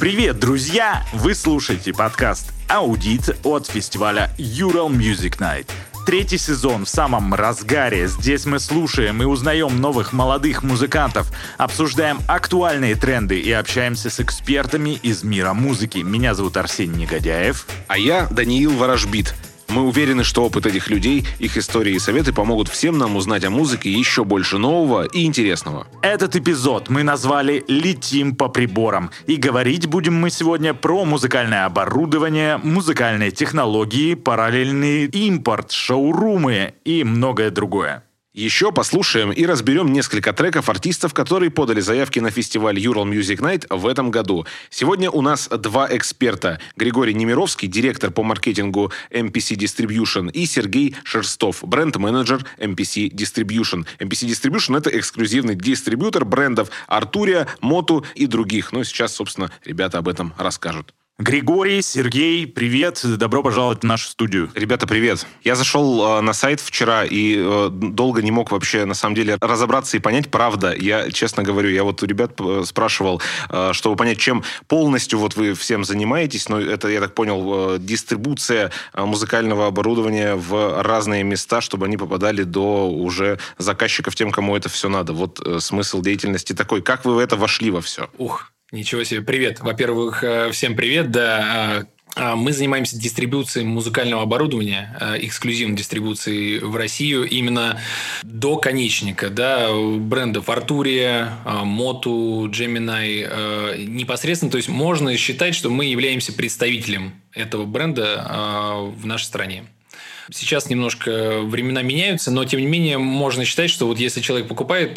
Привет, друзья! Вы слушаете подкаст «Аудит» от фестиваля Ural Music Night. Третий сезон в самом разгаре. Здесь мы слушаем и узнаем новых молодых музыкантов, обсуждаем актуальные тренды и общаемся с экспертами из мира музыки. Меня зовут Арсений Негодяев. А я Даниил Ворожбит. Мы уверены, что опыт этих людей, их истории и советы помогут всем нам узнать о музыке еще больше нового и интересного. Этот эпизод мы назвали «Летим по приборам». И говорить будем мы сегодня про музыкальное оборудование, музыкальные технологии, параллельный импорт, шоурумы и многое другое. Еще послушаем и разберем несколько треков артистов, которые подали заявки на фестиваль Ural Music Night в этом году. Сегодня у нас два эксперта. Григорий Немировский, директор по маркетингу MPC Distribution, и Сергей Шерстов, бренд-менеджер MPC Distribution. MPC Distribution — это эксклюзивный дистрибьютор брендов Arturia, Motu и других. Ну, сейчас, собственно, ребята об этом расскажут. Григорий, Сергей, привет, добро пожаловать в нашу студию. Ребята, привет. Я зашел на сайт вчера и долго не мог вообще, на самом деле, разобраться и понять, правда. Я, честно говорю, я вот у ребят спрашивал, чтобы понять, чем полностью вот вы всем занимаетесь. Но это, я так понял, дистрибуция музыкального оборудования в разные места, чтобы они попадали до уже заказчиков, тем, кому это все надо. Вот смысл деятельности такой. Как вы в это вошли во все? Ничего себе, привет. Во-первых, всем привет. Да, мы занимаемся дистрибуцией музыкального оборудования, эксклюзивной дистрибуцией в Россию именно до конечника, да, брендов Arturia, Motu, Gemini. Непосредственно, то есть можно считать, что мы являемся представителем этого бренда в нашей стране. Сейчас немножко времена меняются, но тем не менее можно считать, что вот если человек покупает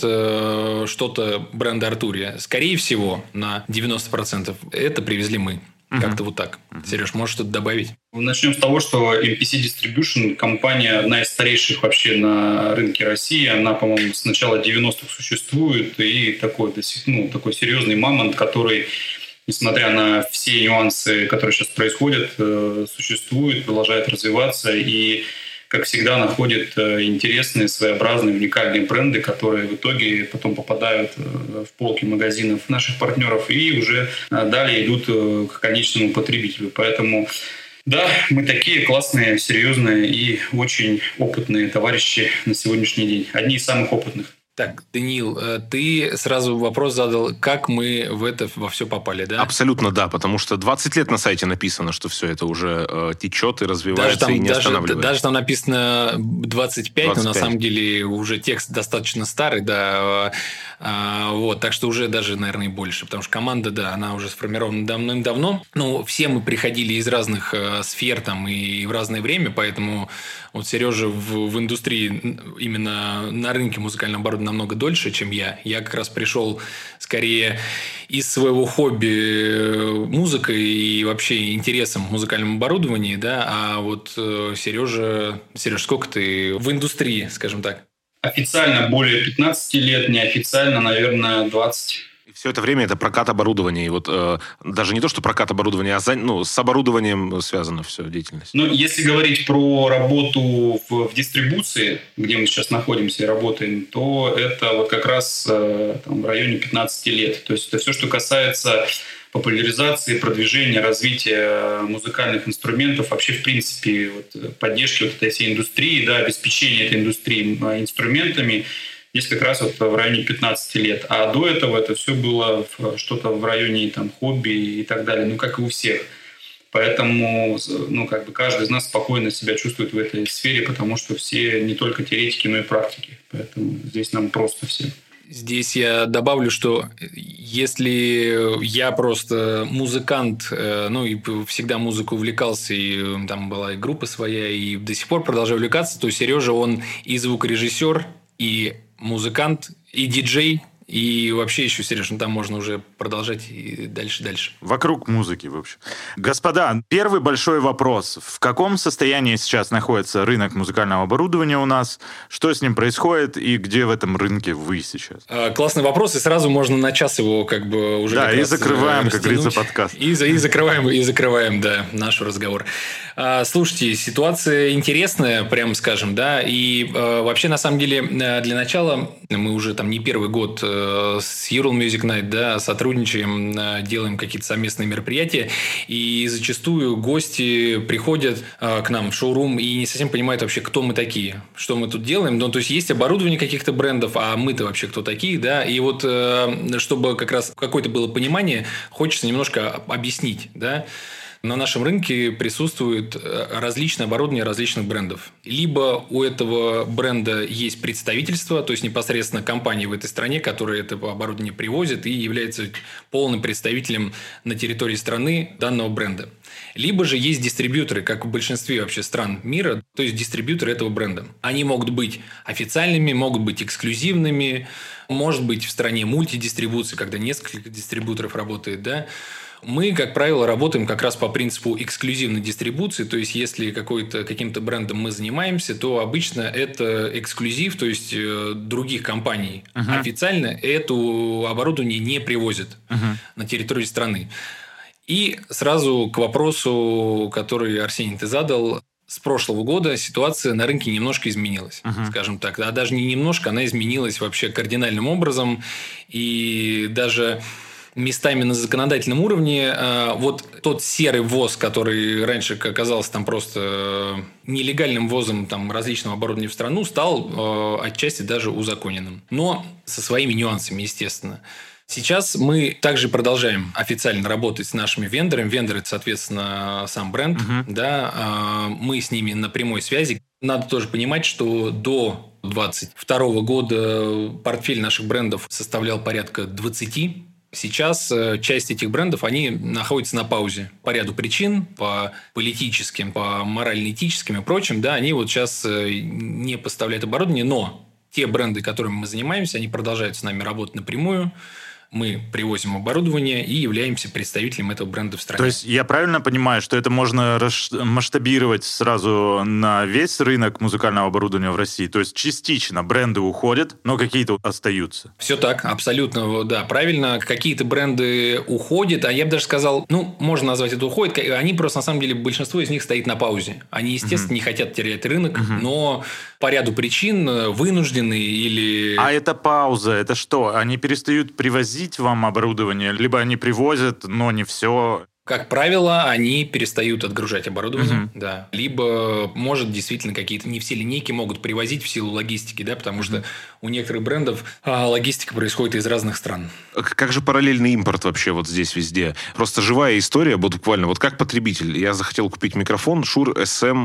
что-то бренда Arturia, скорее всего, на 90% это привезли мы. Как-то вот так. Сереж, можешь что-то добавить? Начнем с того, что MPC Distribution – компания одна из старейших вообще на рынке России. Она, по-моему, с начала 90-х существует. И такой серьезный мамонт, который, несмотря на все нюансы, которые сейчас происходят, существует, продолжает развиваться и, как всегда, находит интересные, своеобразные, уникальные бренды, которые в итоге потом попадают в полки магазинов наших партнеров и уже далее идут к конечному потребителю. Поэтому, да, мы такие классные, серьезные и очень опытные товарищи на сегодняшний день. Одни из самых опытных. Так, Даниил, ты сразу вопрос задал, как мы в это во все попали, да? Абсолютно да, потому что 20 лет на сайте написано, что все это уже течет и развивается, и не останавливается. Даже там написано 25, но на самом деле уже текст достаточно старый, да. Вот, так что уже даже, наверное, больше, потому что команда, да, она уже сформирована давным-давно. Ну, все мы приходили из разных сфер там и в разное время, поэтому вот Сережа в индустрии именно на рынке музыкального оборудования намного дольше, чем я. Я как раз пришел скорее из своего хобби музыкой и вообще интересом в музыкальном оборудовании, да, а вот Сереж, сколько ты в индустрии, скажем так? Официально более 15 лет, неофициально, наверное, 20. И все это время это прокат оборудования. И вот даже не то, что прокат оборудования, а с оборудованием связана вся деятельность. Ну, если говорить про работу в дистрибуции, где мы сейчас находимся и работаем, то это вот как раз в районе 15 лет. То есть это все, что касается популяризации, продвижения, развития музыкальных инструментов, вообще, в принципе, поддержки вот этой всей индустрии, да, обеспечения этой индустрии инструментами, здесь как раз вот в районе 15 лет. А до этого это все было что-то в районе хобби и так далее, как и у всех. Поэтому каждый из нас спокойно себя чувствует в этой сфере, потому что все не только теоретики, но и практики. Поэтому здесь нам просто всем. Здесь я добавлю, что если я просто музыкант, и всегда музыкой увлекался, и там была и группа своя, и до сих пор продолжаю увлекаться, то Сережа, он и звукорежиссер, и музыкант, и диджей, и вообще еще, Сереж, там можно уже продолжать и дальше. Вокруг музыки, в общем. Господа, первый большой вопрос. В каком состоянии сейчас находится рынок музыкального оборудования у нас? Что с ним происходит? И где в этом рынке вы сейчас? Классный вопрос. И сразу можно на час его уже... Да, и закрываем, как говорится, подкаст. И закрываем, да, наш разговор. Слушайте, ситуация интересная, прямо скажем, да, и вообще, на самом деле, для начала мы уже там не первый год с Ural Music Night, да, сотрудничаем, делаем какие-то совместные мероприятия, и зачастую гости приходят к нам в шоурум и не совсем понимают вообще, кто мы такие, что мы тут делаем. Ну, то есть, есть оборудование каких-то брендов, а мы-то вообще кто такие, да, и вот чтобы как раз какое-то было понимание, хочется немножко объяснить, да. На нашем рынке присутствует различное оборудование различных брендов. Либо у этого бренда есть представительство, то есть непосредственно компания в этой стране, которая это оборудование привозит и является полным представителем на территории страны данного бренда. Либо же есть дистрибьюторы, как в большинстве вообще стран мира, то есть дистрибьюторы этого бренда. Они могут быть официальными, могут быть эксклюзивными, может быть в стране мультидистрибуции, когда несколько дистрибьюторов работает, да. Мы, как правило, работаем как раз по принципу эксклюзивной дистрибуции, то есть если каким-то брендом мы занимаемся, то обычно это эксклюзив, то есть других компаний официально это оборудование не привозят на территорию страны. И сразу к вопросу, который, Арсений, ты задал. С прошлого года ситуация на рынке немножко изменилась, скажем так. А даже не немножко, она изменилась вообще кардинальным образом. И даже местами на законодательном уровне вот тот серый ввоз, который раньше оказался там просто нелегальным ввозом там различного оборудования в страну, стал отчасти даже узаконенным. Но со своими нюансами, естественно. Сейчас мы также продолжаем официально работать с нашими вендорами. Вендоры – это, соответственно, сам бренд. Да, мы с ними на прямой связи. Надо тоже понимать, что до 2022 года портфель наших брендов составлял порядка 20. Сейчас часть этих брендов, они находятся на паузе по ряду причин, по политическим, по морально-этическим и прочим. Да, они вот сейчас не поставляют оборудование, но те бренды, которыми мы занимаемся, они продолжают с нами работать напрямую. Мы привозим оборудование и являемся представителем этого бренда в стране. То есть я правильно понимаю, что это можно масштабировать сразу на весь рынок музыкального оборудования в России? То есть частично бренды уходят, но какие-то остаются? Все так, абсолютно, да, правильно. Какие-то бренды уходят, а я бы даже сказал, можно назвать это уходит. Они просто, на самом деле, большинство из них стоит на паузе. Они, естественно, не хотят терять рынок, но по ряду причин вынуждены или... А эта пауза, это что? Они перестают привозить вам оборудование, либо они привозят, но не все. Как правило, они перестают отгружать оборудование, да. Либо, может, действительно какие-то не все линейки могут привозить в силу логистики, да, потому что у некоторых брендов логистика происходит из разных стран. Как же параллельный импорт вообще вот здесь везде? Просто живая история, буквально, вот как потребитель. Я захотел купить микрофон Shure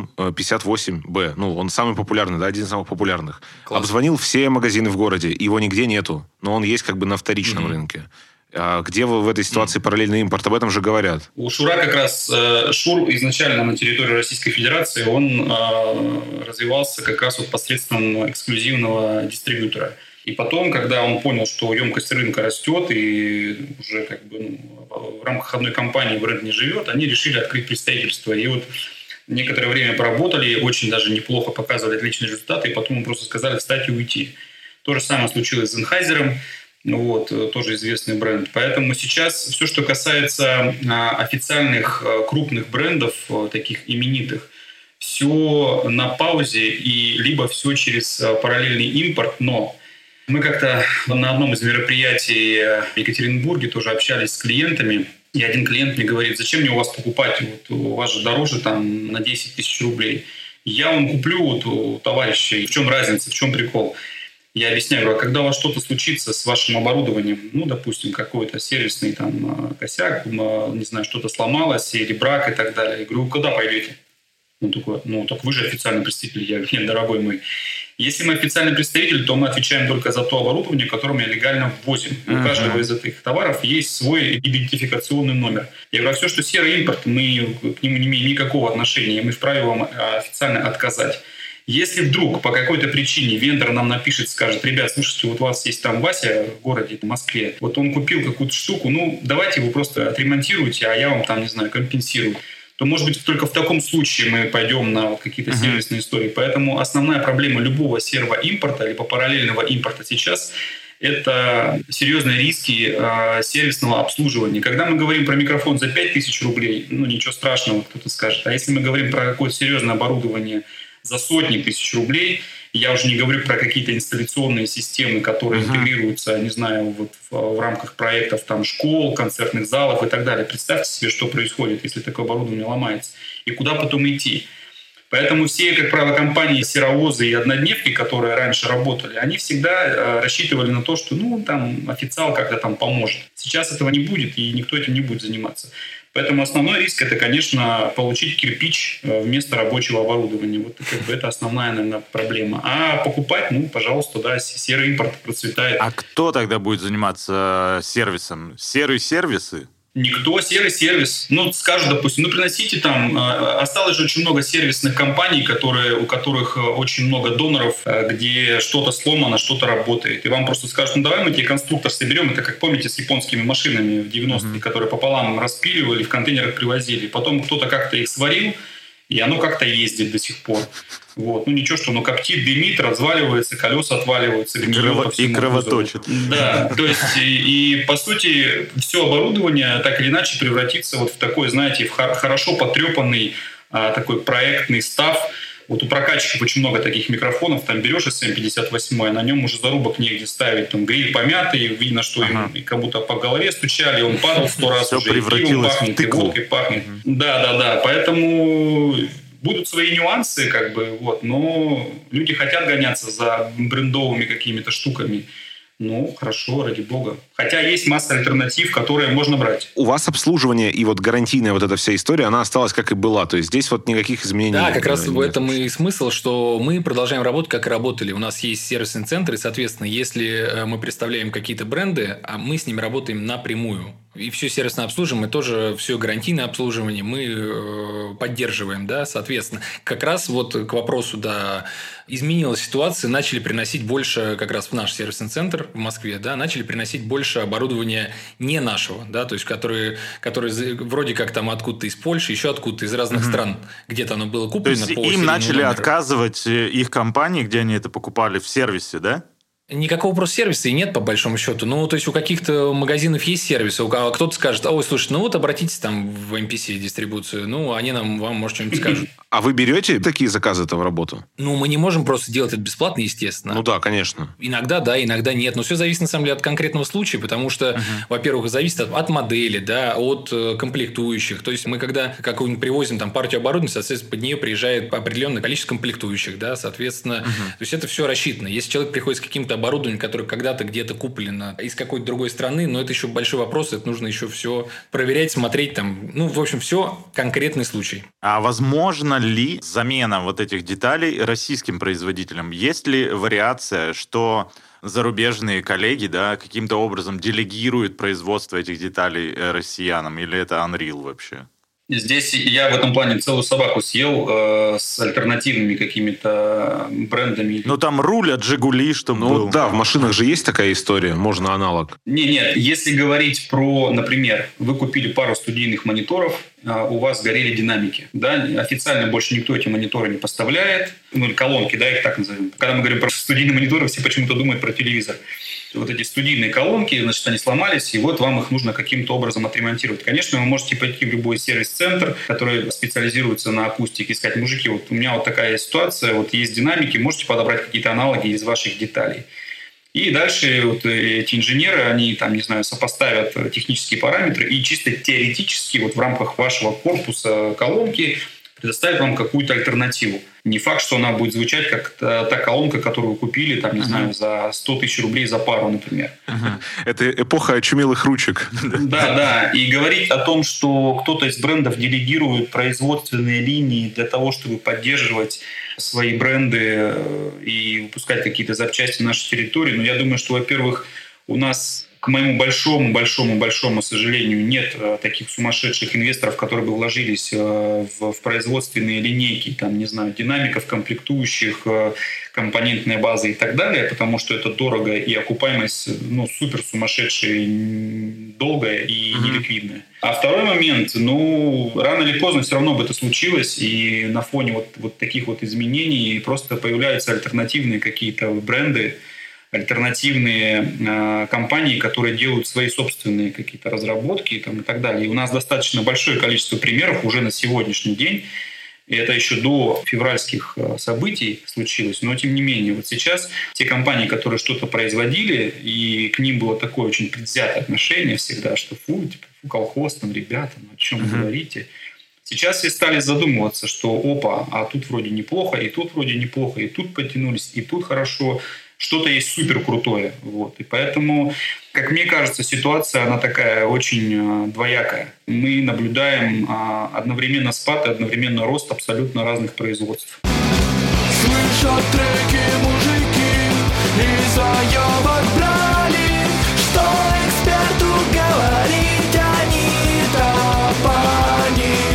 SM58B. Он самый популярный, да, один из самых популярных. Класс. Обзвонил все магазины в городе, его нигде нету, но он есть как бы на вторичном рынке. А где вы в этой ситуации параллельный импорт? Об этом же говорят. У Шура как раз Шур изначально на территории Российской Федерации он развивался как раз вот посредством эксклюзивного дистрибьютора. И потом, когда он понял, что емкость рынка растет и уже как бы в рамках одной компании бренд не живет, они решили открыть представительство. И вот некоторое время поработали, очень даже неплохо показывали отличные результаты, и потом просто сказали встать и уйти. То же самое случилось с Sennheiser. Тоже известный бренд. Поэтому сейчас все, что касается официальных крупных брендов, таких именитых, все на паузе и либо все через параллельный импорт. Но мы как-то на одном из мероприятий в Екатеринбурге тоже общались с клиентами, и один клиент мне говорит: зачем мне у вас покупать? У вас же дороже там на 10 тысяч рублей. Я вам куплю у товарищей. В чем разница, в чем прикол? Я объясняю, а когда у вас что-то случится с вашим оборудованием, допустим, какой-то сервисный там косяк, не знаю, что-то сломалось, или брак и так далее. Я говорю: куда пойдете? Он такой: так вы же официальный представитель. Я говорю: нет, дорогой мой. Если мы официальный представитель, то мы отвечаем только за то оборудование, которое мы легально ввозим. У каждого из этих товаров есть свой идентификационный номер. Я говорю: а все, что серый импорт, мы к нему не имеем никакого отношения, мы вправе вам официально отказать. Если вдруг по какой-то причине вендор нам напишет, скажет: ребят, слушайте, вот у вас есть там Вася в городе, в Москве, вот он купил какую-то штуку, давайте вы просто отремонтируйте, а я вам там, не знаю, компенсирую, то, может быть, только в таком случае мы пойдем на какие-то сервисные истории. Поэтому основная проблема любого серого импорта либо параллельного импорта сейчас – это серьезные риски сервисного обслуживания. Когда мы говорим про микрофон за 5000 рублей, ничего страшного, кто-то скажет. А если мы говорим про какое-то серьезное оборудование за сотни тысяч рублей, я уже не говорю про какие-то инсталляционные системы, которые интегрируются, не знаю, вот в рамках проектов там, школ, концертных залов и так далее. Представьте себе, что происходит, если такое оборудование ломается. И куда потом идти. Поэтому все, как правило, компании серовозы и однодневки, которые раньше работали, они всегда рассчитывали на то, что там официал как-то там поможет. Сейчас этого не будет, и никто этим не будет заниматься. Поэтому основной риск – это, конечно, получить кирпич вместо рабочего оборудования. Вот это основная, наверное, проблема. А покупать, пожалуйста, да, серый импорт процветает. А кто тогда будет заниматься сервисом? Серые сервисы? Никто, серый сервис. Скажут, допустим, приносите там... Осталось же очень много сервисных компаний, у которых очень много доноров, где что-то сломано, что-то работает. И вам просто скажут, давай мы тебе конструктор соберем. Это, как помните, с японскими машинами в 90-е, которые пополам распиливали, в контейнерах привозили. Потом кто-то как-то их сварил, и оно как-то ездит до сих пор. Ничего, что оно коптит, дымит, разваливается, колеса отваливаются. И кровоточит. Да, то есть, и по сути, все оборудование так или иначе превратится в такой, знаете, в хорошо потрепанный такой проектный став. У прокатчиков очень много таких микрофонов. Там берешь SM58, на нем уже зарубок негде ставить. Там гриль помятый, видно, что им как будто по голове стучали, он падал 100 раз уже. Все превратилось в тыкву. И водкой пахнет. Да. Поэтому... Будут свои нюансы, но люди хотят гоняться за брендовыми какими-то штуками. Хорошо, ради бога. Хотя есть масса альтернатив, которые можно брать. У вас обслуживание и гарантийная эта вся история, она осталась как и была. То есть здесь никаких изменений нет. Да, как раз в этом и смысл, что мы продолжаем работать, как и работали. У нас есть сервисный центр, и, соответственно, если мы представляем какие-то бренды, мы с ними работаем напрямую. И все сервисное обслуживание, тоже все гарантийное обслуживание мы поддерживаем, да, соответственно. Как раз к вопросу, да, изменилась ситуация, начали приносить больше, как раз в наш сервисный центр в Москве, да, начали приносить больше оборудования не нашего, да, то есть, которые вроде как там откуда-то из Польши, еще откуда-то из разных стран, где-то оно было куплено. То есть, им начали отказывать их компании, где они это покупали, в сервисе, да? Никакого просто сервиса и нет, по большому счету. То есть, у каких-то магазинов есть сервис, а кто-то скажет, слушай, обратитесь там в MPC дистрибуцию, они вам, может, что-нибудь скажут. А вы берете такие заказы-то в работу? Мы не можем просто делать это бесплатно, естественно. Да, конечно. Иногда да, иногда нет. Но все зависит, на самом деле, от конкретного случая, потому что, во-первых, зависит от модели, да, от комплектующих. То есть, мы когда какую-нибудь привозим там партию оборудования, соответственно, под нее приезжает определенное количество комплектующих, да, соответственно. То есть, это все рассчитано. Если человек приходит с каким-то оборудованием, которое когда-то где-то куплено из какой-то другой страны, но это еще большой вопрос, это нужно еще все проверять, смотреть там. В общем, все конкретный случай. А возможно ли замена этих деталей российским производителям? Есть ли вариация, что зарубежные коллеги, да, каким-то образом делегируют производство этих деталей россиянам? Или это Unreal вообще? Здесь я в этом плане целую собаку съел с альтернативными какими-то брендами. Там руль от «Жигули», чтобы был. Да, в машинах же есть такая история, можно аналог. Нет, если говорить про, например, вы купили пару студийных мониторов, у вас горели динамики. Да? Официально больше никто эти мониторы не поставляет. Или колонки, да, их так назовем. Когда мы говорим про студийные мониторы, все почему-то думают про телевизор. Эти студийные колонки, значит, они сломались, и вам их нужно каким-то образом отремонтировать. Конечно, вы можете пойти в любой сервис-центр, который специализируется на акустике, и сказать, мужики, у меня такая ситуация, есть динамики, можете подобрать какие-то аналоги из ваших деталей. И дальше эти инженеры, они сопоставят технические параметры и чисто теоретически в рамках вашего корпуса колонки предоставят вам какую-то альтернативу. Не факт, что она будет звучать как та колонка, которую вы купили, за 100 тысяч рублей за пару, например. Это эпоха очумелых ручек. Да. И говорить о том, что кто-то из брендов делегирует производственные линии для того, чтобы поддерживать свои бренды и выпускать какие-то запчасти на нашей территории, я думаю, что, во-первых, у нас, к моему большому сожалению, нет таких сумасшедших инвесторов, которые бы вложились в производственные линейки, динамиков, комплектующих, компонентной базы и так далее, потому что это дорого и окупаемость супер сумасшедшая, долгая и неликвидная. А второй момент, рано или поздно все равно бы это случилось, и на фоне таких изменений просто появляются альтернативные какие-то бренды, альтернативные компании, которые делают свои собственные какие-то разработки там, и так далее. И у нас достаточно большое количество примеров уже на сегодняшний день. И это еще до февральских событий случилось. Но, тем не менее, вот сейчас те компании, которые что-то производили, и к ним было такое очень предвзятое отношение всегда, что фу, колхоз, там, ребята, о чем вы говорите. Сейчас все стали задумываться, что опа, а тут вроде неплохо, и тут вроде неплохо, и тут потянулись, и тут хорошо. Что-то есть супер крутое. Вот. И поэтому, как мне кажется, ситуация, она такая очень двоякая. Мы наблюдаем одновременно спад и одновременно рост абсолютно разных производств. Слышат треки мужики, и заебок брали, что эксперту говорить, они-то понимают.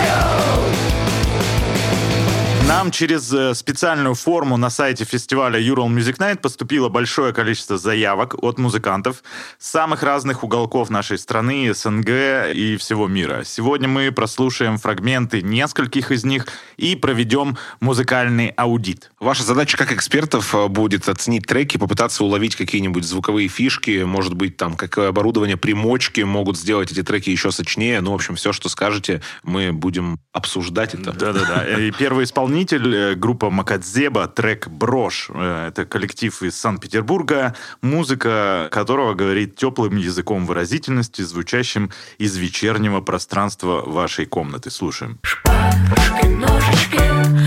Нам через специальную форму на сайте фестиваля Ural Music Night поступило большое количество заявок от музыкантов с самых разных уголков нашей страны, СНГ и всего мира. Сегодня мы прослушаем фрагменты нескольких из них и проведем музыкальный аудит. Ваша задача как экспертов будет оценить треки, попытаться уловить какие-нибудь звуковые фишки, может быть, там, какое оборудование, примочки могут сделать эти треки еще сочнее. Ну, в общем, все, что скажете, мы будем обсуждать это. Да-да-да. И первый исполнитель — группа Макадзеба, трек «Брошь». Это коллектив из Санкт-Петербурга, музыка которого говорит теплым языком выразительности, звучащим из вечернего пространства вашей комнаты. Слушаем. Шпажки, ножички,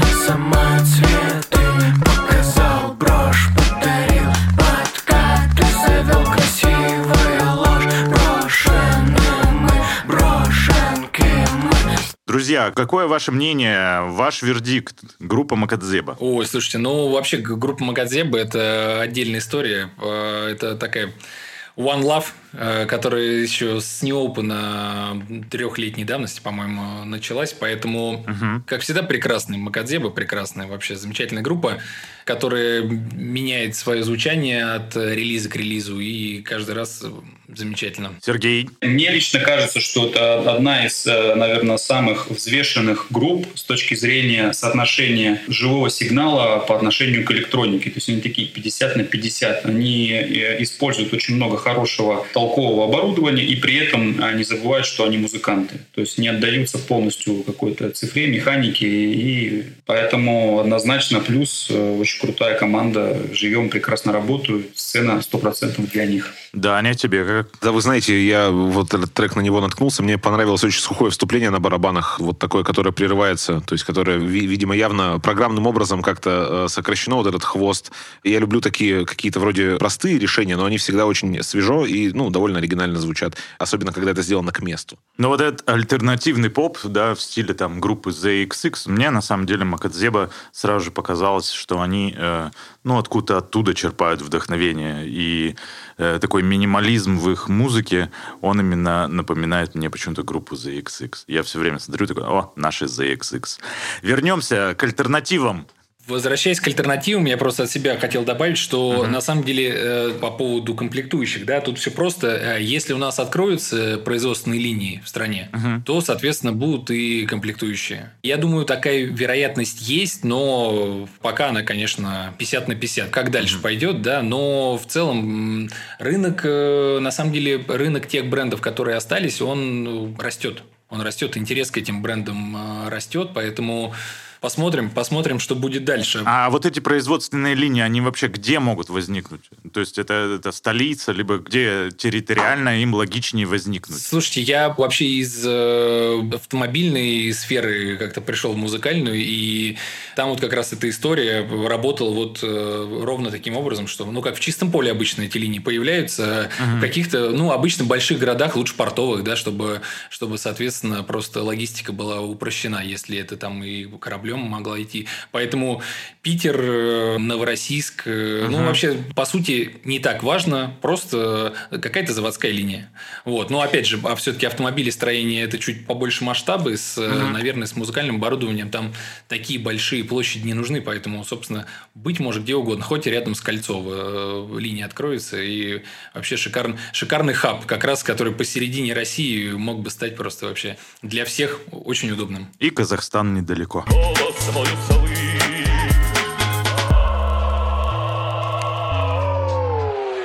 самоцветы, показал брошь, подарил подкаты, завел красивую ложь, брошены мы, брошенки мы. Друзья, какое ваше мнение, ваш вердикт? Группа Макадзеба. Ой, слушайте, ну вообще группа Макадзеба — это отдельная история. Это такая One Love, которая еще с неопена 3-летней давности, по-моему, началась. Поэтому, как всегда, прекрасный Макадзеба, прекрасная, вообще замечательная группа, которая меняет свое звучание от релиза к релизу. И каждый раз замечательно. Сергей? Мне лично кажется, что это одна из, наверное, самых взвешенных групп с точки зрения соотношения живого сигнала по отношению к электронике. То есть они такие 50/50. Они используют очень много хорошего толкового оборудования и при этом не забывают, что они музыканты. То есть не отдаются полностью какой-то цифре, механике. И поэтому однозначно плюс. Очень крутая команда. Живем, прекрасно работают. Сцена 100% для них. Да, Аня, тебе как? Да, вы знаете, я вот этот трек, на него наткнулся, мне понравилось очень сухое вступление на барабанах, вот такое, которое прерывается, то есть которое, видимо, явно программным образом как-то сокращено, вот этот хвост. Я люблю такие какие-то вроде простые решения, но они всегда очень свежо и, ну, довольно оригинально звучат, особенно когда это сделано к месту. Ну, вот этот альтернативный поп, да, в стиле там группы ZXX, мне, на самом деле, Макадзеба сразу же показалось, что они, ну, откуда-то оттуда черпают вдохновение, и такой минимализм в их музыке, он именно напоминает мне почему-то группу ZXX. Я все время смотрю, такой, о, наши ZXX. Вернемся к альтернативам. Возвращаясь к альтернативам, я просто от себя хотел добавить, что на самом деле по поводу комплектующих, да, тут все просто. Если у нас откроются производственные линии в стране, то, соответственно, будут и комплектующие. Я думаю, такая вероятность есть, но пока она, конечно, 50/50. Как дальше пойдет, да, но в целом рынок, на самом деле, рынок тех брендов, которые остались, он растет. Он растет, интерес к этим брендам растет, поэтому... Посмотрим, что будет дальше. А вот эти производственные линии, они вообще где могут возникнуть? То есть это столица, либо где территориально им логичнее возникнуть? Слушайте, я вообще из автомобильной сферы как-то пришел в музыкальную, и там вот как раз эта история работала вот ровно таким образом, что, ну, как в чистом поле обычно эти линии появляются, в каких-то, ну, обычно больших городах, лучше портовых, да, чтобы, соответственно, просто логистика была упрощена, если это там и кораблем могла идти. Поэтому Питер, Новороссийск, ну, вообще, по сути, не так важно, просто какая-то заводская линия. Вот. Но, опять же, все-таки автомобилестроение – это чуть побольше масштабы, наверное, с музыкальным оборудованием. Там такие большие площади не нужны, поэтому, собственно, быть может где угодно. Хоть и рядом с Кольцово линия откроется, и вообще шикарный хаб, как раз, который посередине России мог бы стать просто вообще для всех очень удобным. И Казахстан недалеко.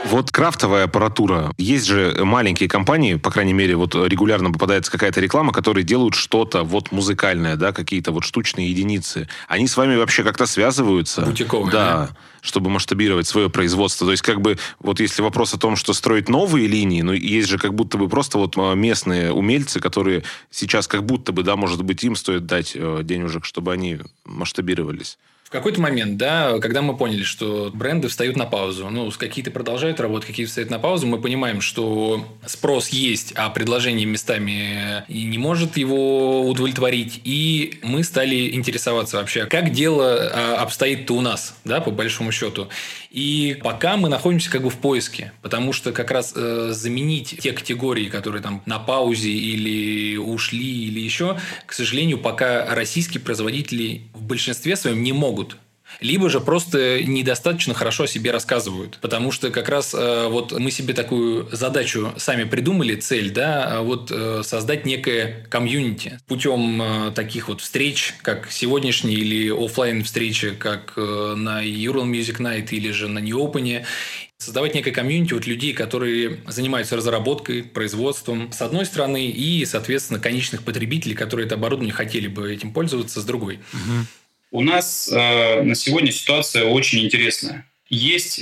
Вот крафтовая аппаратура. Есть же маленькие компании, по крайней мере, вот регулярно попадается какая-то реклама, которые делают что-то вот музыкальное, да, какие-то вот штучные единицы. Они с вами вообще как-то связываются? Бутиковые, да, чтобы масштабировать свое производство. То есть как бы вот если вопрос о том, что строить новые линии, ну есть же как будто бы просто вот местные умельцы, которые сейчас как будто бы, да, может быть, им стоит дать денежек, чтобы они масштабировались. В какой-то момент, да, когда мы поняли, что бренды встают на паузу, ну, какие-то продолжают работать, какие-то встают на паузу, мы понимаем, что спрос есть, а предложение местами не может его удовлетворить, и мы стали интересоваться вообще, как дело обстоит-то у нас, да, по большому счету. И пока мы находимся как бы в поиске, потому что как раз заменить те категории, которые там на паузе или ушли, или еще, к сожалению, пока российские производители в большинстве своем не могут. Либо же просто недостаточно хорошо о себе рассказывают. Потому что как раз вот мы себе такую задачу сами придумали, цель, да, вот создать некое комьюнити путем таких вот встреч, как сегодняшние, или офлайн встречи, как на Ural Music Night или же на New Open. Создавать некое комьюнити вот людей, которые занимаются разработкой, производством, с одной стороны, и, соответственно, конечных потребителей, которые это оборудование хотели бы этим пользоваться, с другой. Угу. У нас на сегодня ситуация очень интересная. Есть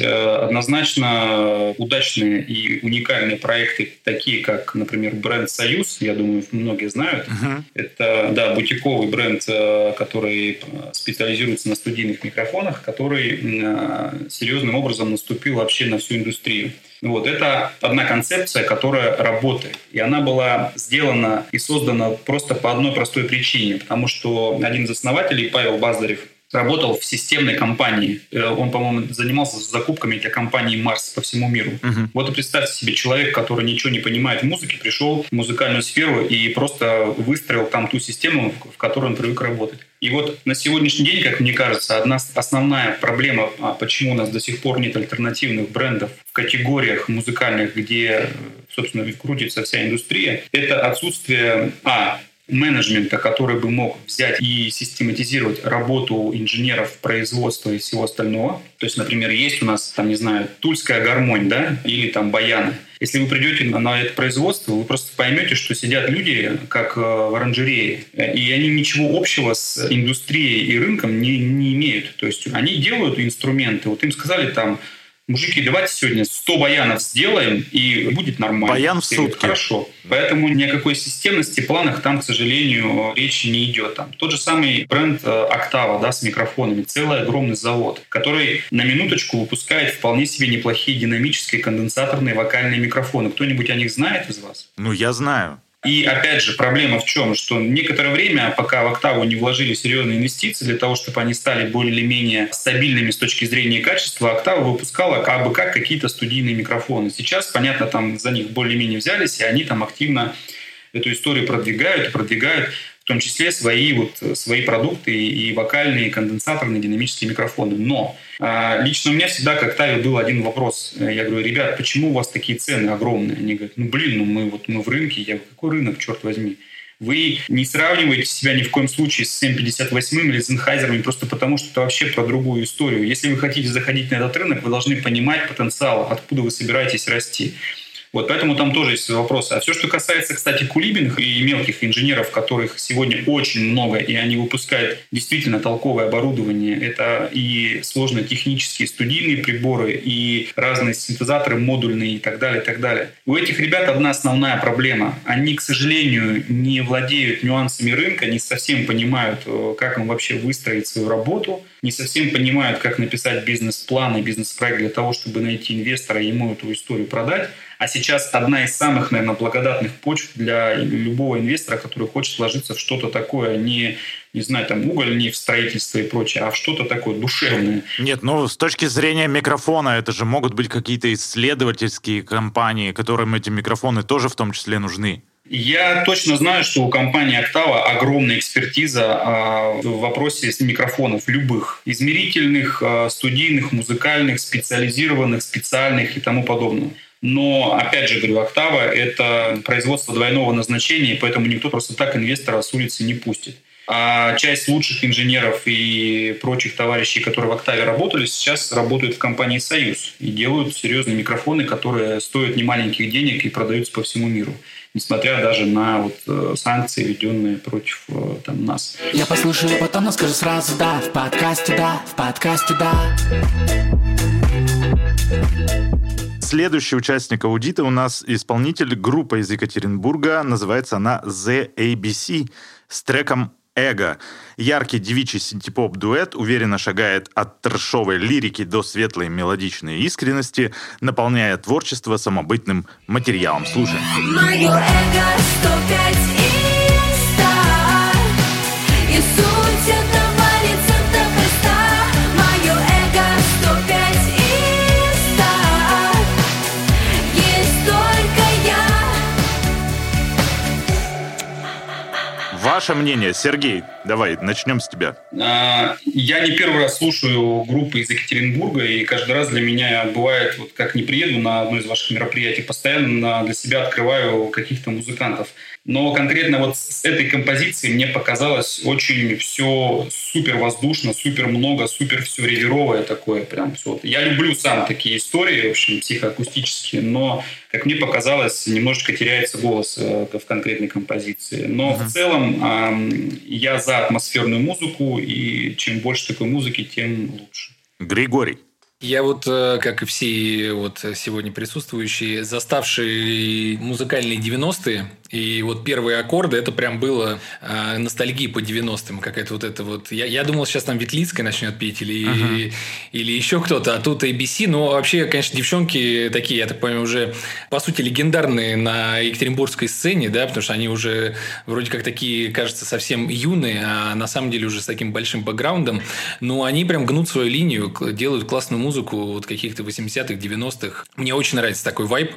однозначно удачные и уникальные проекты, такие как, например, бренд «Союз», я думаю, многие знают. Это, да, бутиковый бренд, который специализируется на студийных микрофонах, который серьезным образом наступил вообще на всю индустрию. Вот, это одна концепция, которая работает. И она была сделана и создана просто по одной простой причине. Потому что один из основателей, Павел Баздарев, работал в системной компании. Он, по-моему, занимался закупками для компании «Марс» по всему миру. Вот и представьте себе, человек, который ничего не понимает в музыке, пришел в музыкальную сферу и просто выстроил там ту систему, в которой он привык работать. И вот на сегодняшний день, как мне кажется, одна основная проблема, почему у нас до сих пор нет альтернативных брендов в категориях музыкальных, где, собственно, крутится вся индустрия, это отсутствие менеджмента, который бы мог взять и систематизировать работу инженеров, производства и всего остального. То есть, например, есть у нас, там, не знаю, тульская гармонь, да, или там баяны. Если вы придете на это производство, вы просто поймете, что сидят люди, как в оранжерее, и они ничего общего с индустрией и рынком не имеют. То есть они делают инструменты. Вот им сказали там: мужики, давайте сегодня 100 баянов сделаем, и будет нормально. Баян в сутки. Хорошо. Поэтому ни о какой системности, планах там, к сожалению, речи не идет. Там тот же самый бренд «Октава», да, с микрофонами. Целый огромный завод, который на минуточку выпускает вполне себе неплохие динамические конденсаторные вокальные микрофоны. Кто-нибудь о них знает из вас? Ну, я знаю. И опять же, проблема в чем? Что некоторое время, пока в «Октаву» не вложили серьезные инвестиции для того, чтобы они стали более-менее стабильными с точки зрения качества, «Октава» выпускала как какие-то студийные микрофоны. Сейчас, понятно, там за них более-менее взялись, и они там активно эту историю продвигают, в том числе свои продукты и вокальные, и конденсаторные, динамические микрофоны. Но лично у меня всегда к «Октаве» был один вопрос. Я говорю: ребят, почему у вас такие цены огромные? Они говорят: мы в рынке. Я говорю: какой рынок, черт возьми? Вы не сравниваете себя ни в коем случае с М58 или Sennheiser просто потому, что это вообще про другую историю. Если вы хотите заходить на этот рынок, вы должны понимать потенциал, откуда вы собираетесь расти. Вот, поэтому там тоже есть вопросы. А все, что касается, кстати, кулибиных и мелких инженеров, которых сегодня очень много, и они выпускают действительно толковое оборудование, это и сложные технические студийные приборы, и разные синтезаторы модульные и так далее, и так далее. У этих ребят одна основная проблема. Они, к сожалению, не владеют нюансами рынка, не совсем понимают, как им вообще выстроить свою работу, не совсем понимают, как написать бизнес-план и бизнес-проект для того, чтобы найти инвестора и ему эту историю продать. А сейчас одна из самых, наверное, благодатных почв для любого инвестора, который хочет вложиться в что-то такое, не знаю, там, уголь, не в строительство и прочее, а в что-то такое душевное. Нет, ну, с точки зрения микрофона, это же могут быть какие-то исследовательские компании, которым эти микрофоны тоже в том числе нужны. Я точно знаю, что у компании «Октава» огромная экспертиза в вопросе микрофонов любых. Измерительных, студийных, музыкальных, специализированных, специальных и тому подобное. Но, опять же говорю, «Октава» — это производство двойного назначения, поэтому никто просто так инвестора с улицы не пустит. А часть лучших инженеров и прочих товарищей, которые в «Октаве» работали, сейчас работают в компании «Союз» и делают серьезные микрофоны, которые стоят немаленьких денег и продаются по всему миру, несмотря даже на санкции, введенные против нас. Я послушаю потом, но скажу сразу да. В подкасте да, в подкасте да. Следующий участник аудита у нас исполнитель, группа из Екатеринбурга, называется она The ABC, с треком «Эго». Яркий девичий синтепоп-дуэт уверенно шагает от трэшовой лирики до светлой мелодичной искренности, наполняя творчество самобытным материалом. Слушаем. Мое эго 105 и 100, и суть этого рецепта проста. Мое эго 105 и 100, есть только я. Ваше мнение, Сергей, давай, начнем с тебя. Я не первый раз слушаю группы из Екатеринбурга, и каждый раз для меня бывает, как не приеду на одно из ваших мероприятий, постоянно для себя открываю каких-то музыкантов. Но конкретно с этой композицией мне показалось очень все супер воздушно, супер много, супер все реверовое такое. Прям все. Я люблю сам такие истории, в общем, психоакустические, но, как мне показалось, немножечко теряется голос в конкретной композиции. Но в целом я за атмосферную музыку, и чем больше такой музыки, тем лучше. Григорий. Я как и все сегодня присутствующие, заставшие музыкальные 90-е, и первые аккорды, это прям было ностальгия по 90-м, какая-то Я думал, сейчас там Ветлицкая начнет петь или еще кто-то, а тут ABC. Но вообще, конечно, девчонки такие, я так понимаю, уже по сути легендарные на екатеринбургской сцене, да, потому что они уже вроде как такие, кажется, совсем юные, а на самом деле уже с таким большим бэкграундом. Но они прям гнут свою линию, делают классную музыку каких-то 80-х, 90-х. Мне очень нравится такой вайб,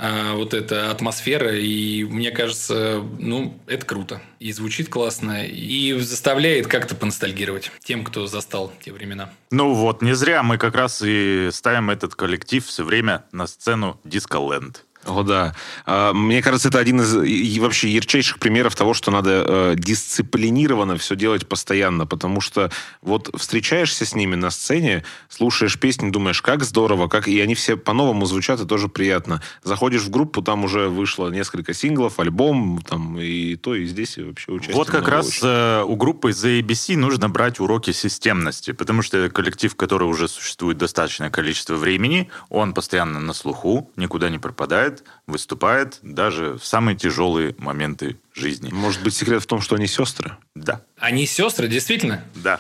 эта атмосфера, и мне кажется, это круто. И звучит классно, и заставляет как-то поностальгировать тем, кто застал те времена. Не зря мы как раз и ставим этот коллектив все время на сцену Дисколенд. О, да. Мне кажется, это один из вообще ярчайших примеров того, что надо дисциплинированно все делать постоянно, потому что встречаешься с ними на сцене, слушаешь песни, думаешь, как здорово, и они все по-новому звучат, и тоже приятно. Заходишь в группу, там уже вышло несколько синглов, альбом, и то, и здесь, и вообще участие. Как раз у группы The ABC нужно брать уроки системности, потому что это коллектив, который уже существует достаточное количество времени, он постоянно на слуху, никуда не пропадает, выступает даже в самые тяжелые моменты жизни. Может быть, секрет в том, что они сестры? Да. Они сестры, действительно? Да.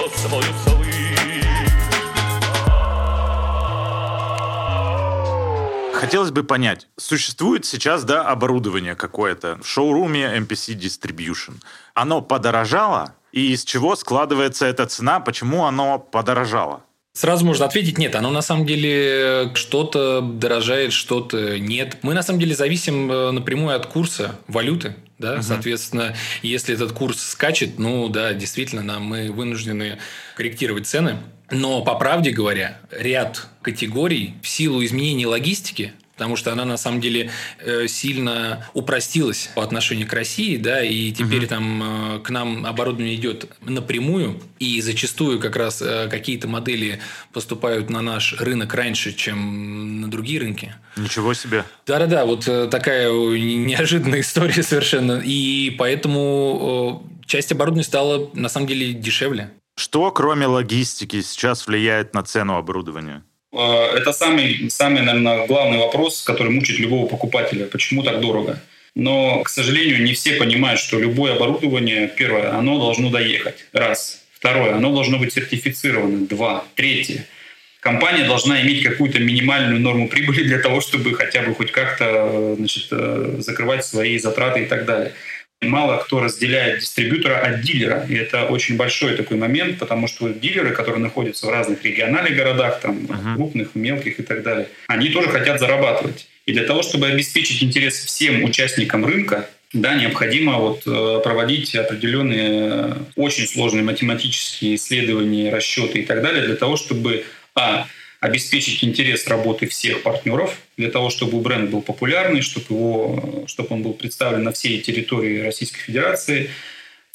Хотелось бы понять, существует сейчас, оборудование какое-то в шоуруме MPC Distribution. Оно подорожало? И из чего складывается эта цена? Почему оно подорожало? Сразу можно ответить, нет, оно на самом деле что-то дорожает, что-то нет. Мы на самом деле зависим напрямую от курса валюты. Да? Соответственно, если этот курс скачет, действительно, мы вынуждены корректировать цены. Но, по правде говоря, ряд категорий в силу изменений логистики, потому что она, на самом деле, сильно упростилась по отношению к России, да, и теперь там к нам оборудование идет напрямую, и зачастую как раз какие-то модели поступают на наш рынок раньше, чем на другие рынки. Ничего себе. Да-да-да, такая неожиданная история совершенно, и поэтому часть оборудования стала, на самом деле, дешевле. Что, кроме логистики, сейчас влияет на цену оборудования? Это самый, наверное, главный вопрос, который мучает любого покупателя. Почему так дорого? Но, к сожалению, не все понимают, что любое оборудование, первое, оно должно доехать. Раз. Второе, оно должно быть сертифицировано. Два. Третье. Компания должна иметь какую-то минимальную норму прибыли для того, чтобы хотя бы хоть как-то закрывать свои затраты и так далее. Мало кто разделяет дистрибьютора от дилера. И это очень большой такой момент, потому что дилеры, которые находятся в разных региональных городах, крупных, мелких и так далее, они тоже хотят зарабатывать. И для того, чтобы обеспечить интерес всем участникам рынка, необходимо проводить определенные очень сложные математические исследования, расчеты и так далее, для того, чтобы обеспечить интерес работы всех партнеров, для того, чтобы бренд был популярный, чтобы он был представлен на всей территории Российской Федерации.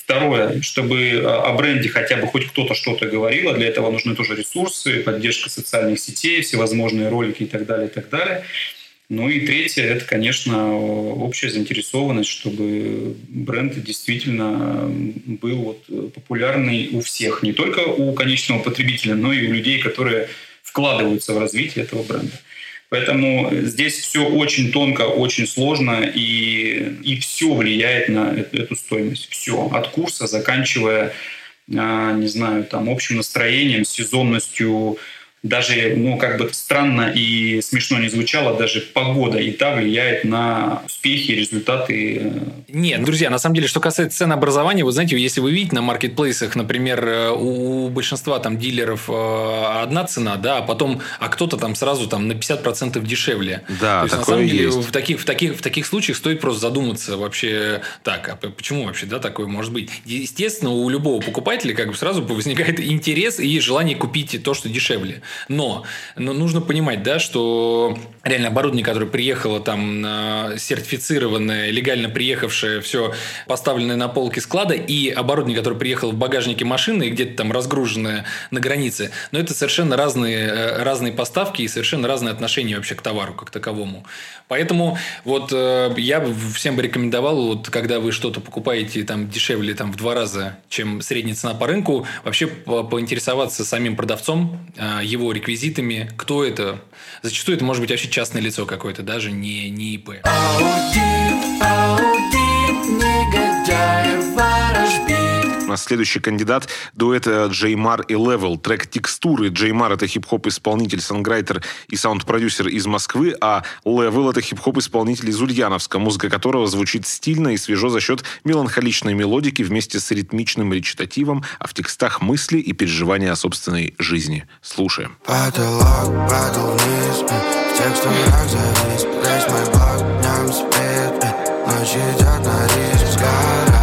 Второе, чтобы о бренде хотя бы хоть кто-то что-то говорил, а для этого нужны тоже ресурсы, поддержка социальных сетей, всевозможные ролики и так далее, и так далее. Ну и третье, это, конечно, общая заинтересованность, чтобы бренд действительно был популярный у всех, не только у конечного потребителя, но и у людей, которые вкладываются в развитие этого бренда. Поэтому здесь все очень тонко, очень сложно, и все влияет на эту стоимость. Все, от курса, заканчивая, не знаю, там, общим настроением, сезонностью. Даже, как бы странно и смешно не звучало, даже погода и та влияет на успехи, результаты. Нет, друзья, на самом деле, что касается ценообразования, вы знаете, если вы видите на маркетплейсах, например, у большинства там дилеров одна цена, да, а кто-то там сразу там на 50% дешевле. Да, то есть, такое на самом деле, есть. в таких случаях стоит просто задуматься вообще, так, а почему вообще, да, такое может быть? Естественно, у любого покупателя как бы сразу возникает интерес и желание купить то, что дешевле. Но нужно понимать, да, что реально оборудование, которое приехало там сертифицированное, легально приехавшее, все поставленное на полке склада, и оборудование, которое приехало в багажнике машины и где-то там разгруженное на границе, но это совершенно разные поставки и совершенно разные отношения вообще к товару как таковому. Поэтому я всем бы рекомендовал, когда вы что-то покупаете там дешевле там, в 2 раза, чем средняя цена по рынку, вообще поинтересоваться самим продавцом, его реквизитами, кто это. Зачастую это может быть вообще частное лицо какое-то, даже не ИП. У нас следующий кандидат – дуэт Джеймар и Левел. Трек «Текстуры». Джеймар – это хип-хоп-исполнитель, сонграйтер и саунд-продюсер из Москвы, а Левел – это хип-хоп-исполнитель из Ульяновска, музыка которого звучит стильно и свежо за счет меланхоличной мелодики вместе с ритмичным речитативом, а в текстах мысли и переживания о собственной жизни. Слушаем. Потолок падал вниз, в текстурах завис, весь мой блог днем спит, ночь идет на риск, сгораем,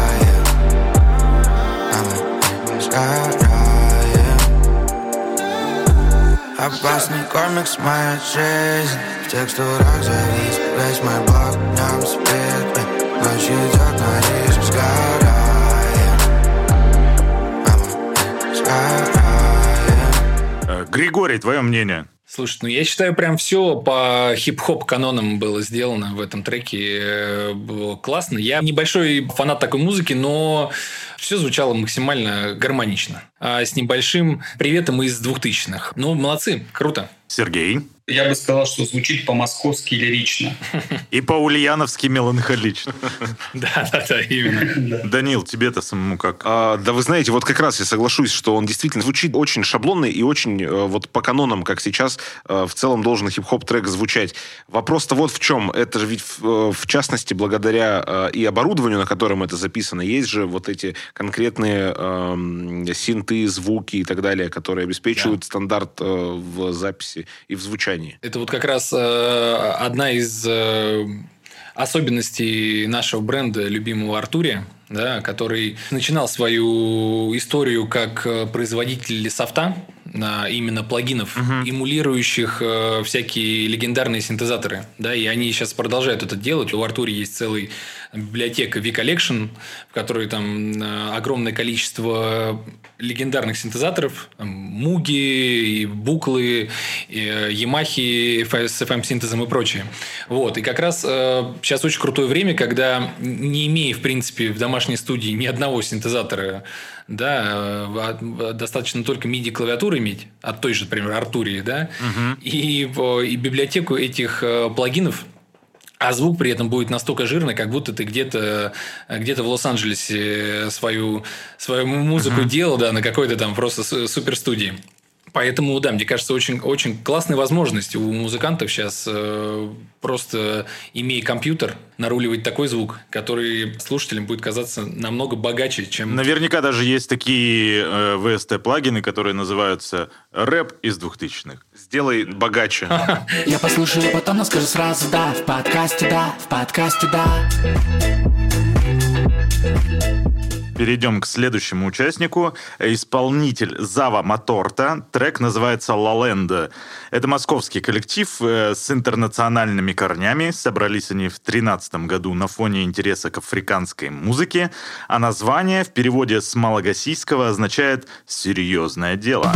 сгораем. Опасный комикс моя жизнь, в текстурах завис, весь мой блог днем спит, ночь идет на риск, сгораем, сгораем. Григорий, твое мнение? Слушай, я считаю, прям все по хип-хоп канонам было сделано в этом треке. Было классно. Я небольшой фанат такой музыки, но все звучало максимально гармонично. С небольшим приветом из 2000-х. Молодцы, круто. Сергей? Я бы сказал, что звучит по-московски лирично. И по-ульяновски меланхолично. Да, именно. Данил, тебе-то самому как? Да вы знаете, как раз я соглашусь, что он действительно звучит очень шаблонно и очень по канонам, как сейчас в целом должен хип-хоп трек звучать. Вопрос-то в чем. Это же ведь в частности благодаря и оборудованию, на котором это записано, есть же эти конкретные синты, звуки и так далее, которые обеспечивают стандарт в записи и в звучании. Это как раз одна из особенностей нашего бренда, любимого Артурия, да, который начинал свою историю как производитель софта, именно плагинов, эмулирующих всякие легендарные синтезаторы. Да, и они сейчас продолжают это делать. У Артурия есть целая библиотека V-Collection, в которой там огромное количество легендарных синтезаторов, Муги, и Буклы, и Ямахи с FM-синтезом и прочее. И как раз сейчас очень крутое время, когда, не имея, в принципе, в домашней студии ни одного синтезатора, да, достаточно только MIDI-клавиатуры иметь, от той же, например, Артурии, да, и библиотеку этих плагинов, а звук при этом будет настолько жирный, как будто ты где-то в Лос-Анджелесе свою музыку делал, да, на какой-то там просто суперстудии. Поэтому, да, мне кажется, очень, очень классная возможность у музыкантов сейчас, просто имея компьютер, наруливать такой звук, который слушателям будет казаться намного богаче, чем... Наверняка даже есть такие VST-плагины, которые называются «Рэп из 2000-х». Сделай богаче. Я послушаю потом, но скажу сразу да. В подкасте да. Перейдем к следующему участнику. Исполнитель Зава Моторта. Трек называется «Лаленда». Это московский коллектив с интернациональными корнями. Собрались они в 2013 году на фоне интереса к африканской музыке. А название в переводе с малагасийского означает «серьезное дело».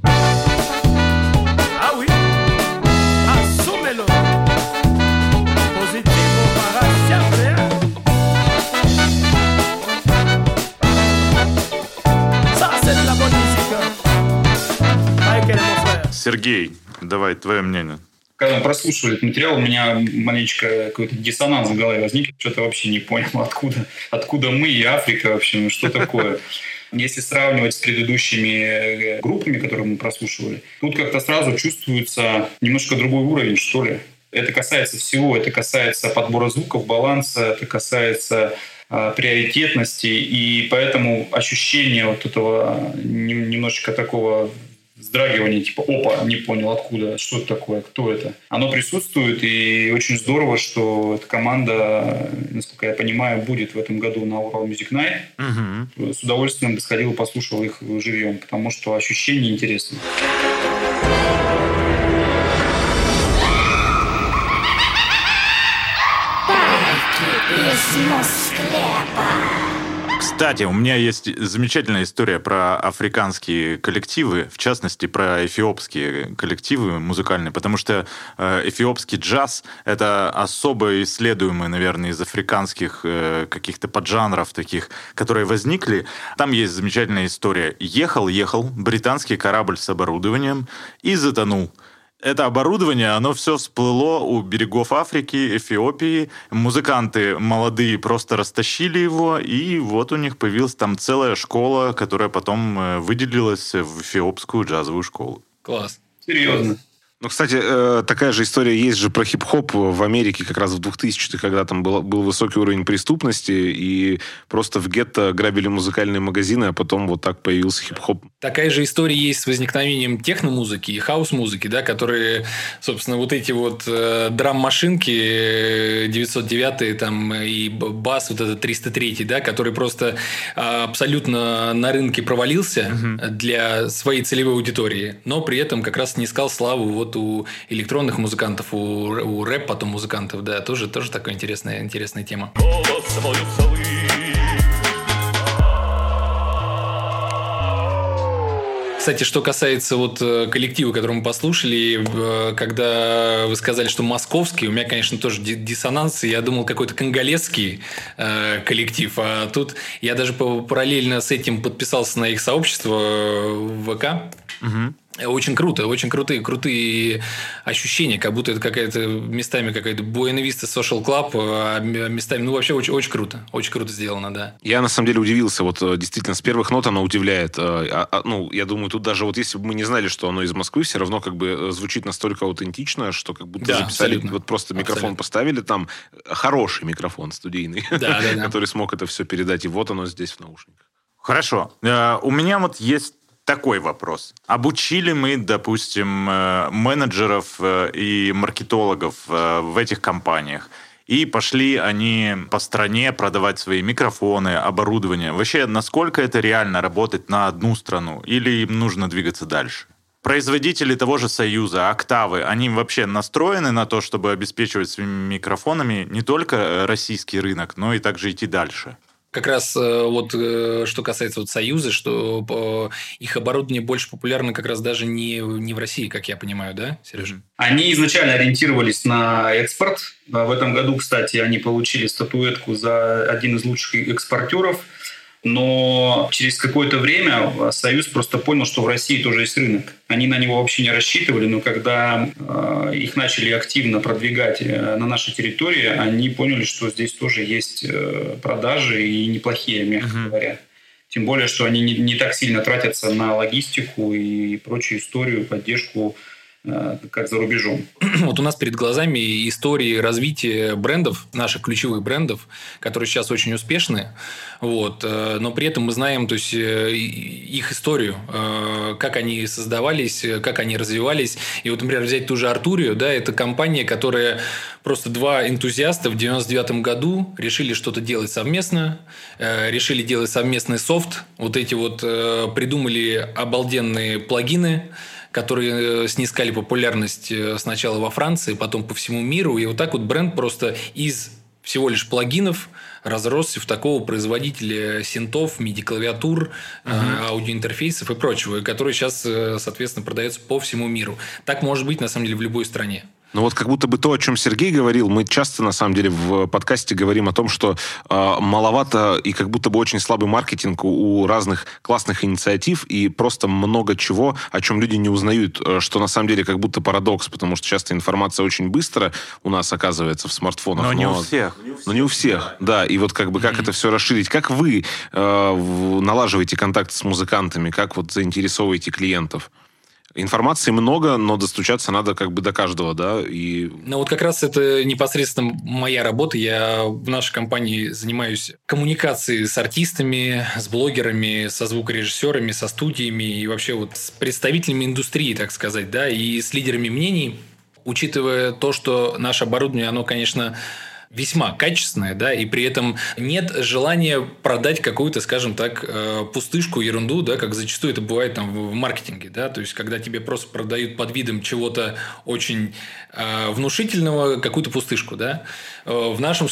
Сергей, давай, твое мнение. Когда мы прослушивали этот материал, у меня маленечко какой-то диссонанс в голове возник. Что-то вообще не понял, откуда мы и Африка вообще, ну что такое. Если сравнивать с предыдущими группами, которые мы прослушивали, тут как-то сразу чувствуется немножко другой уровень, что ли. Это касается всего. Это касается подбора звуков, баланса, это касается приоритетности. И поэтому ощущение вот этого немножечко такого вздрагивания, типа, опа, не понял, откуда, что это такое, кто это. Оно присутствует, и очень здорово, что эта команда, насколько я понимаю, будет в этом году на Ural Music Night. Угу. С удовольствием бы сходил и послушал их живьем, потому что ощущения интересные. Кстати, у меня есть замечательная история про африканские коллективы, в частности, про эфиопские коллективы музыкальные, потому что эфиопский джаз — это особо исследуемый, наверное, из африканских каких-то поджанров таких, которые возникли. Там есть замечательная история. Ехал британский корабль с оборудованием и затонул. Это оборудование, оно все всплыло у берегов Африки, Эфиопии. Музыканты молодые просто растащили его, и вот у них появилась там целая школа, которая потом выделилась в эфиопскую джазовую школу. Класс. Серьезно. Ну, кстати, такая же история есть же про хип-хоп в Америке как раз в 2000-х, когда там был высокий уровень преступности, и просто в гетто грабили музыкальные магазины, а потом вот так появился хип-хоп. Такая же история есть с возникновением техно-музыки и хаус-музыки, да, которые, собственно, вот эти вот драм-машинки 909 там, и бас вот этот 303, да, который просто абсолютно на рынке провалился для своей целевой аудитории, но при этом как раз снискал славу вот у электронных музыкантов, у рэп потом музыкантов, да, тоже такая интересная тема. Кстати, что касается вот коллектива, который мы послушали, когда вы сказали, что московский, у меня, конечно, тоже диссонанс, я думал, какой-то конголезский коллектив, а тут я даже параллельно с этим подписался на их сообщество в ВК. Угу. Очень круто, очень крутые ощущения, как будто это какая-то местами какая-то Buena Vista Social Club, а местами, ну, вообще очень круто сделано, да. Я, на самом деле, удивился, вот действительно, с первых нот оно удивляет. Ну, я думаю, тут даже вот если бы мы не знали, что оно из Москвы, все равно как бы звучит настолько аутентично, что как будто записали, абсолютно. Вот просто микрофон поставили, там хороший микрофон студийный, который смог это все передать, и вот оно здесь в наушниках. Хорошо. У меня вот есть такой вопрос. Обучили мы, допустим, менеджеров и маркетологов в этих компаниях, и пошли они по стране продавать свои микрофоны, оборудование. Вообще, насколько это реально работать на одну страну? Или им нужно двигаться дальше? Производители того же Союза, Октавы, они вообще настроены на то, чтобы обеспечивать своими микрофонами не только российский рынок, но и также идти дальше? Как раз вот что касается вот Союза, что их оборудование больше популярно как раз даже не в России, как я понимаю, да, Сережа? Они изначально ориентировались на экспорт. В этом году, кстати, они получили статуэтку за один из лучших экспортеров. Но через какое-то время Союз просто понял, что в России тоже есть рынок. Они на него вообще не рассчитывали, но когда их начали активно продвигать на нашей территории, они поняли, что здесь тоже есть продажи и неплохие, мягко говоря. Тем более, что они не так сильно тратятся на логистику и прочую историю, поддержку как за рубежом. Вот у нас перед глазами истории развития брендов, наших ключевых брендов, которые сейчас очень успешны, вот, но при этом мы знаем, то есть, их историю, как они создавались, как они развивались. И вот, например, взять ту же Артурию, да, это компания, которая просто два энтузиаста в 99 году решили что-то делать совместно, решили делать совместный софт, вот эти вот придумали обалденные плагины, которые снискали популярность сначала во Франции, потом по всему миру. И вот так вот бренд просто из всего лишь плагинов разросся в такого производителя синтов, MIDI-клавиатур, аудиоинтерфейсов и прочего, который сейчас, соответственно, продается по всему миру. Так может быть, на самом деле, в любой стране. Ну вот как будто бы то, о чем Сергей говорил, мы часто, на самом деле, в подкасте говорим о том, что маловато и как будто бы очень слабый маркетинг у разных классных инициатив и просто много чего, о чем люди не узнают, что на самом деле как будто парадокс, потому что часто информация очень быстро у нас оказывается в смартфонах. Но не у всех. Но не у всех, да. И вот как бы как это все расширить? Как вы налаживаете контакт с музыкантами? Как вот заинтересовываете клиентов? Информации много, но достучаться надо как бы до каждого, да? И... Ну, вот как раз это непосредственно моя работа. Я в нашей компании занимаюсь коммуникацией с артистами, с блогерами, со звукорежиссерами, со студиями и вообще вот с представителями индустрии, так сказать, да, и с лидерами мнений. Учитывая то, что наше оборудование, оно, конечно, весьма качественное, да, и при этом нет желания продать какую-то, скажем так, пустышку, ерунду, да, как зачастую это бывает там в маркетинге, да, то есть когда тебе просто продают под видом чего-то очень внушительного какую-то пустышку, да. В нашем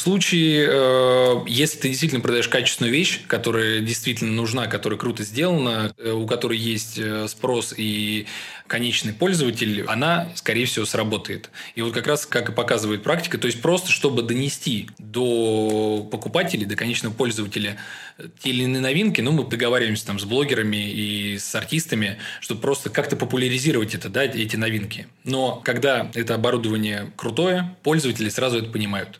случае, если ты действительно продаешь качественную вещь, которая действительно нужна, которая круто сделана, у которой есть спрос и конечный пользователь, она, скорее всего, сработает. И вот как раз, как и показывает практика, то есть просто, чтобы донести до покупателей, до конечного пользователя те или иные новинки, ну, мы договариваемся там с блогерами и с артистами, чтобы просто как-то популяризировать это, да, эти новинки. Но когда это оборудование крутое, пользователи сразу это понимают.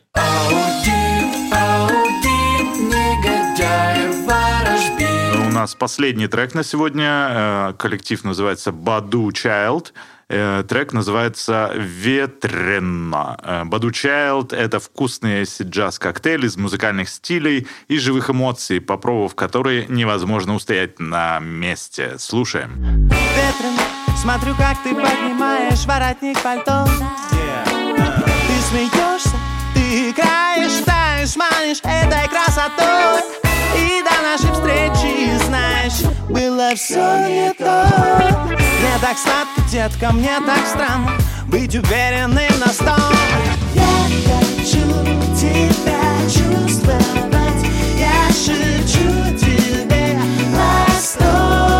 У нас последний трек на сегодня. Коллектив называется Badu Child. Трек называется «Ветрено». Badu Child — это вкусный джаз-коктейль из музыкальных стилей и живых эмоций, попробовав которые невозможно устоять на месте. Слушаем. Ветрено, смотрю, как ты поднимаешь воротник пальто. Ты смеешься, ты играешь, таешь, манишь этой красотой. И до нашей встречи, знаешь, было все не то. Мне так сладко, детка, мне так странно быть уверенным на 100. Я хочу тебя чувствовать, я шепчу тебе постой.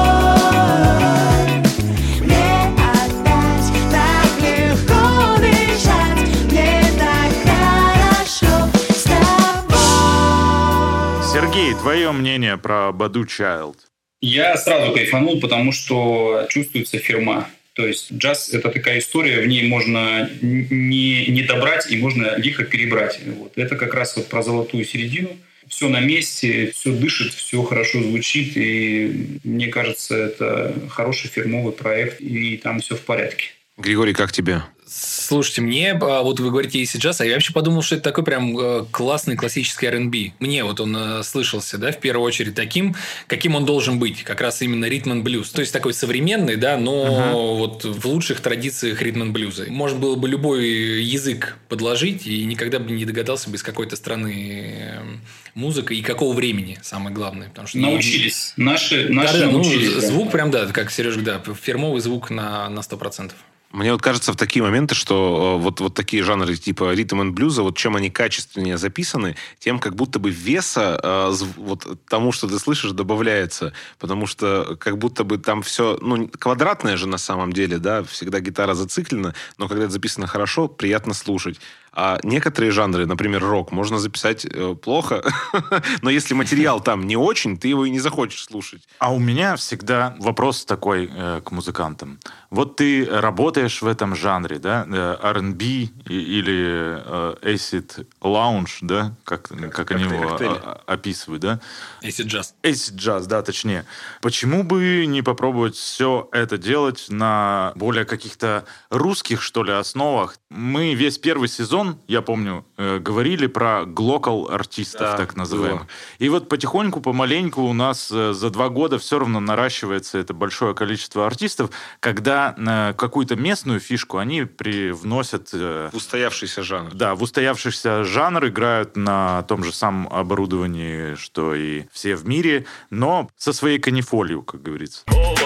Мне опять так легко дышать, мне так хорошо с тобой. Сергей, твое мнение про Badu Child? Я сразу кайфанул, потому что чувствуется фирма. То есть джаз – это такая история, в ней можно не добрать и можно лихо перебрать. Вот. Это как раз вот про золотую середину. Все на месте, все дышит, все хорошо звучит. И мне кажется, это хороший фирмовый проект, и там все в порядке. Григорий, как тебе? Слушайте, мне, вот вы говорите AC джаз, а я вообще подумал, что это такой прям классный классический R&B. Мне вот он слышался, да, в первую очередь таким, каким он должен быть. Как раз именно ритм and блюз. То есть такой современный, да, но вот в лучших традициях ритм and блюза. Можно было бы любой язык подложить, и никогда бы не догадался бы из какой-то страны музыка и какого времени, самое главное. Потому что научились. Наши научились. Ну, звук прям, да, как Сереж, да, фирмовый звук на 100%. Мне вот кажется в такие моменты, что вот такие жанры типа ритм энд блюза, вот чем они качественнее записаны, тем как будто бы веса вот тому, что ты слышишь, добавляется. Потому что как будто бы там все, ну, квадратное же на самом деле, да, всегда гитара зациклена, но когда это записано хорошо, приятно слушать. А некоторые жанры, например, рок, можно записать плохо, но если материал там не очень, ты его и не захочешь слушать. А у меня всегда вопрос такой к музыкантам. Вот ты работаешь в этом жанре, да, R&B или acid lounge, да, как они его описывают, да? Acid jazz. Acid jazz, да, точнее. Почему бы не попробовать все это делать на более каких-то русских, что ли, основах? Мы весь первый сезон, я помню, говорили про глокал артистов, так называемых. Да. И вот потихоньку, помаленьку у нас за 2 года все равно наращивается это большое количество артистов, когда какую-то местную фишку они привносят... В устоявшийся жанр. Да, в устоявшийся жанр, играют на том же самом оборудовании, что и все в мире, но со своей канифолью, как говорится.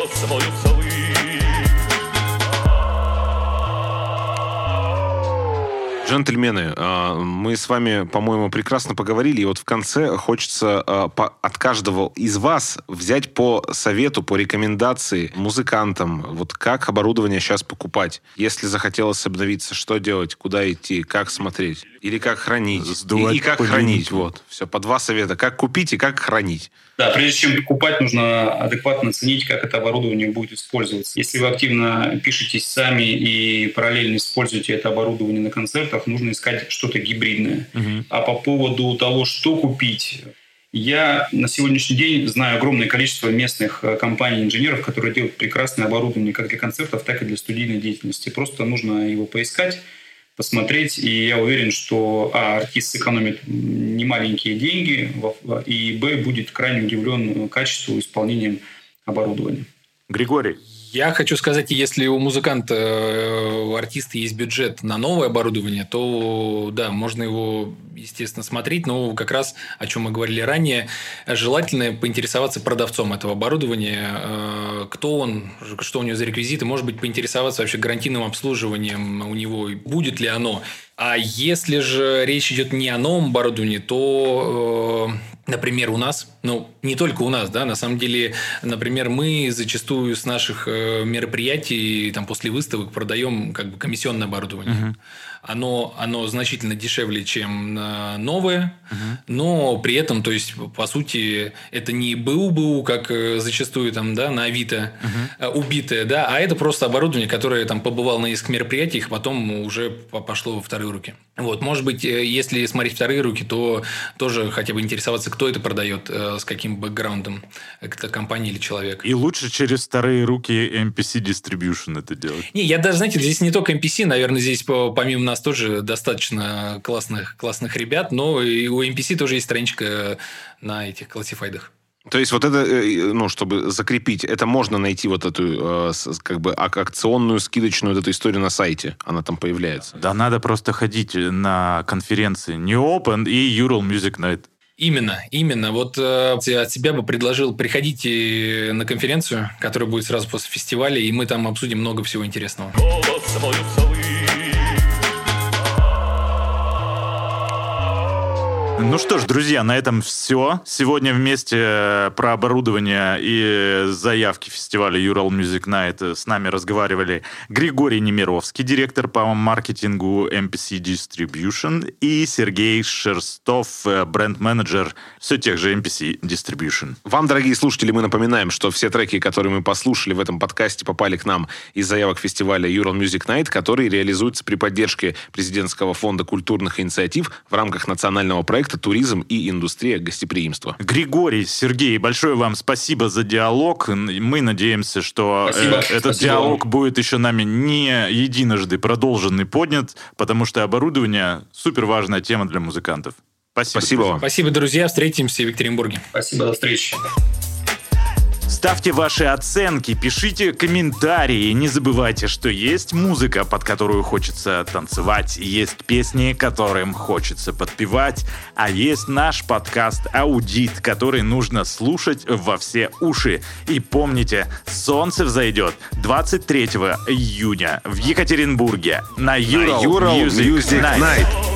Джентльмены, мы с вами, по-моему, прекрасно поговорили, и вот в конце хочется от каждого из вас взять по совету, по рекомендации музыкантам, вот как оборудование сейчас покупать. Если захотелось обновиться, что делать, куда идти, как смотреть, или как хранить, и как хранить. Вот. Все, по 2 совета, как купить и как хранить. Да, прежде чем покупать, нужно адекватно оценить, как это оборудование будет использоваться. Если вы активно пишетесь сами и параллельно используете это оборудование на концертах, нужно искать что-то гибридное. А по поводу того, что купить, я на сегодняшний день знаю огромное количество местных компаний-инженеров, которые делают прекрасное оборудование как для концертов, так и для студийной деятельности. Просто нужно его поискать, посмотреть, и я уверен, что артист сэкономит немаленькие деньги, и будет крайне удивлен качеству и исполнением оборудования. Григорий. Я хочу сказать, если у музыканта, у артиста есть бюджет на новое оборудование, то да, можно его, естественно, смотреть, но как раз, о чем мы говорили ранее, желательно поинтересоваться продавцом этого оборудования, кто он, что у него за реквизиты, может быть, поинтересоваться вообще гарантийным обслуживанием у него, будет ли оно. А если же речь идет не о новом оборудовании, то, например, у нас, не только у нас, да, на самом деле, например, мы зачастую с наших мероприятий там, после выставок продаем как бы комиссионное оборудование. Оно значительно дешевле, чем новое, но при этом, то есть, по сути, это не БУ, как зачастую там, да, на Авито убитое, да, а это просто оборудование, которое там побывало на нескольких мероприятиях, потом уже пошло во вторые руки. Вот, может быть, если смотреть вторые руки, то тоже хотя бы интересоваться, кто это продает, с каким бэкграундом, это компания или человек. И лучше через вторые руки MPC Distribution это делать. Не, я даже, знаете, здесь не только MPC, наверное, здесь помимо нас тоже достаточно классных ребят, но и у MPC тоже есть страничка на этих классифайдах. То есть вот это, чтобы закрепить, это можно найти вот эту как бы акционную, скидочную вот эту историю на сайте. Она там появляется. Да, надо просто ходить на конференции New Open и Ural Music Night. Именно. Вот от себя бы предложил, приходите на конференцию, которая будет сразу после фестиваля, и мы там обсудим много всего интересного. Ну что ж, друзья, на этом все. Сегодня вместе про оборудование и заявки фестиваля Ural Music Night с нами разговаривали Григорий Немировский, директор по маркетингу MPC Distribution, и Сергей Шерстов, бренд-менеджер все тех же MPC Distribution. Вам, дорогие слушатели, мы напоминаем, что все треки, которые мы послушали в этом подкасте, попали к нам из заявок фестиваля Ural Music Night, который реализуется при поддержке Президентского фонда культурных инициатив в рамках национального проекта «Туризм и индустрия гостеприимства». Григорий, Сергей, большое вам спасибо за диалог. Мы надеемся, что этот диалог будет еще нами не единожды продолжен и поднят, потому что оборудование — супер важная тема для музыкантов. Спасибо вам. Спасибо, друзья. Встретимся в Екатеринбурге. Спасибо, до встречи. Ставьте ваши оценки, пишите комментарии. Не забывайте, что есть музыка, под которую хочется танцевать, есть песни, которым хочется подпевать, а есть наш подкаст «Аудит», который нужно слушать во все уши. И помните, солнце взойдет 23 июня в Екатеринбурге на Ural Music Night.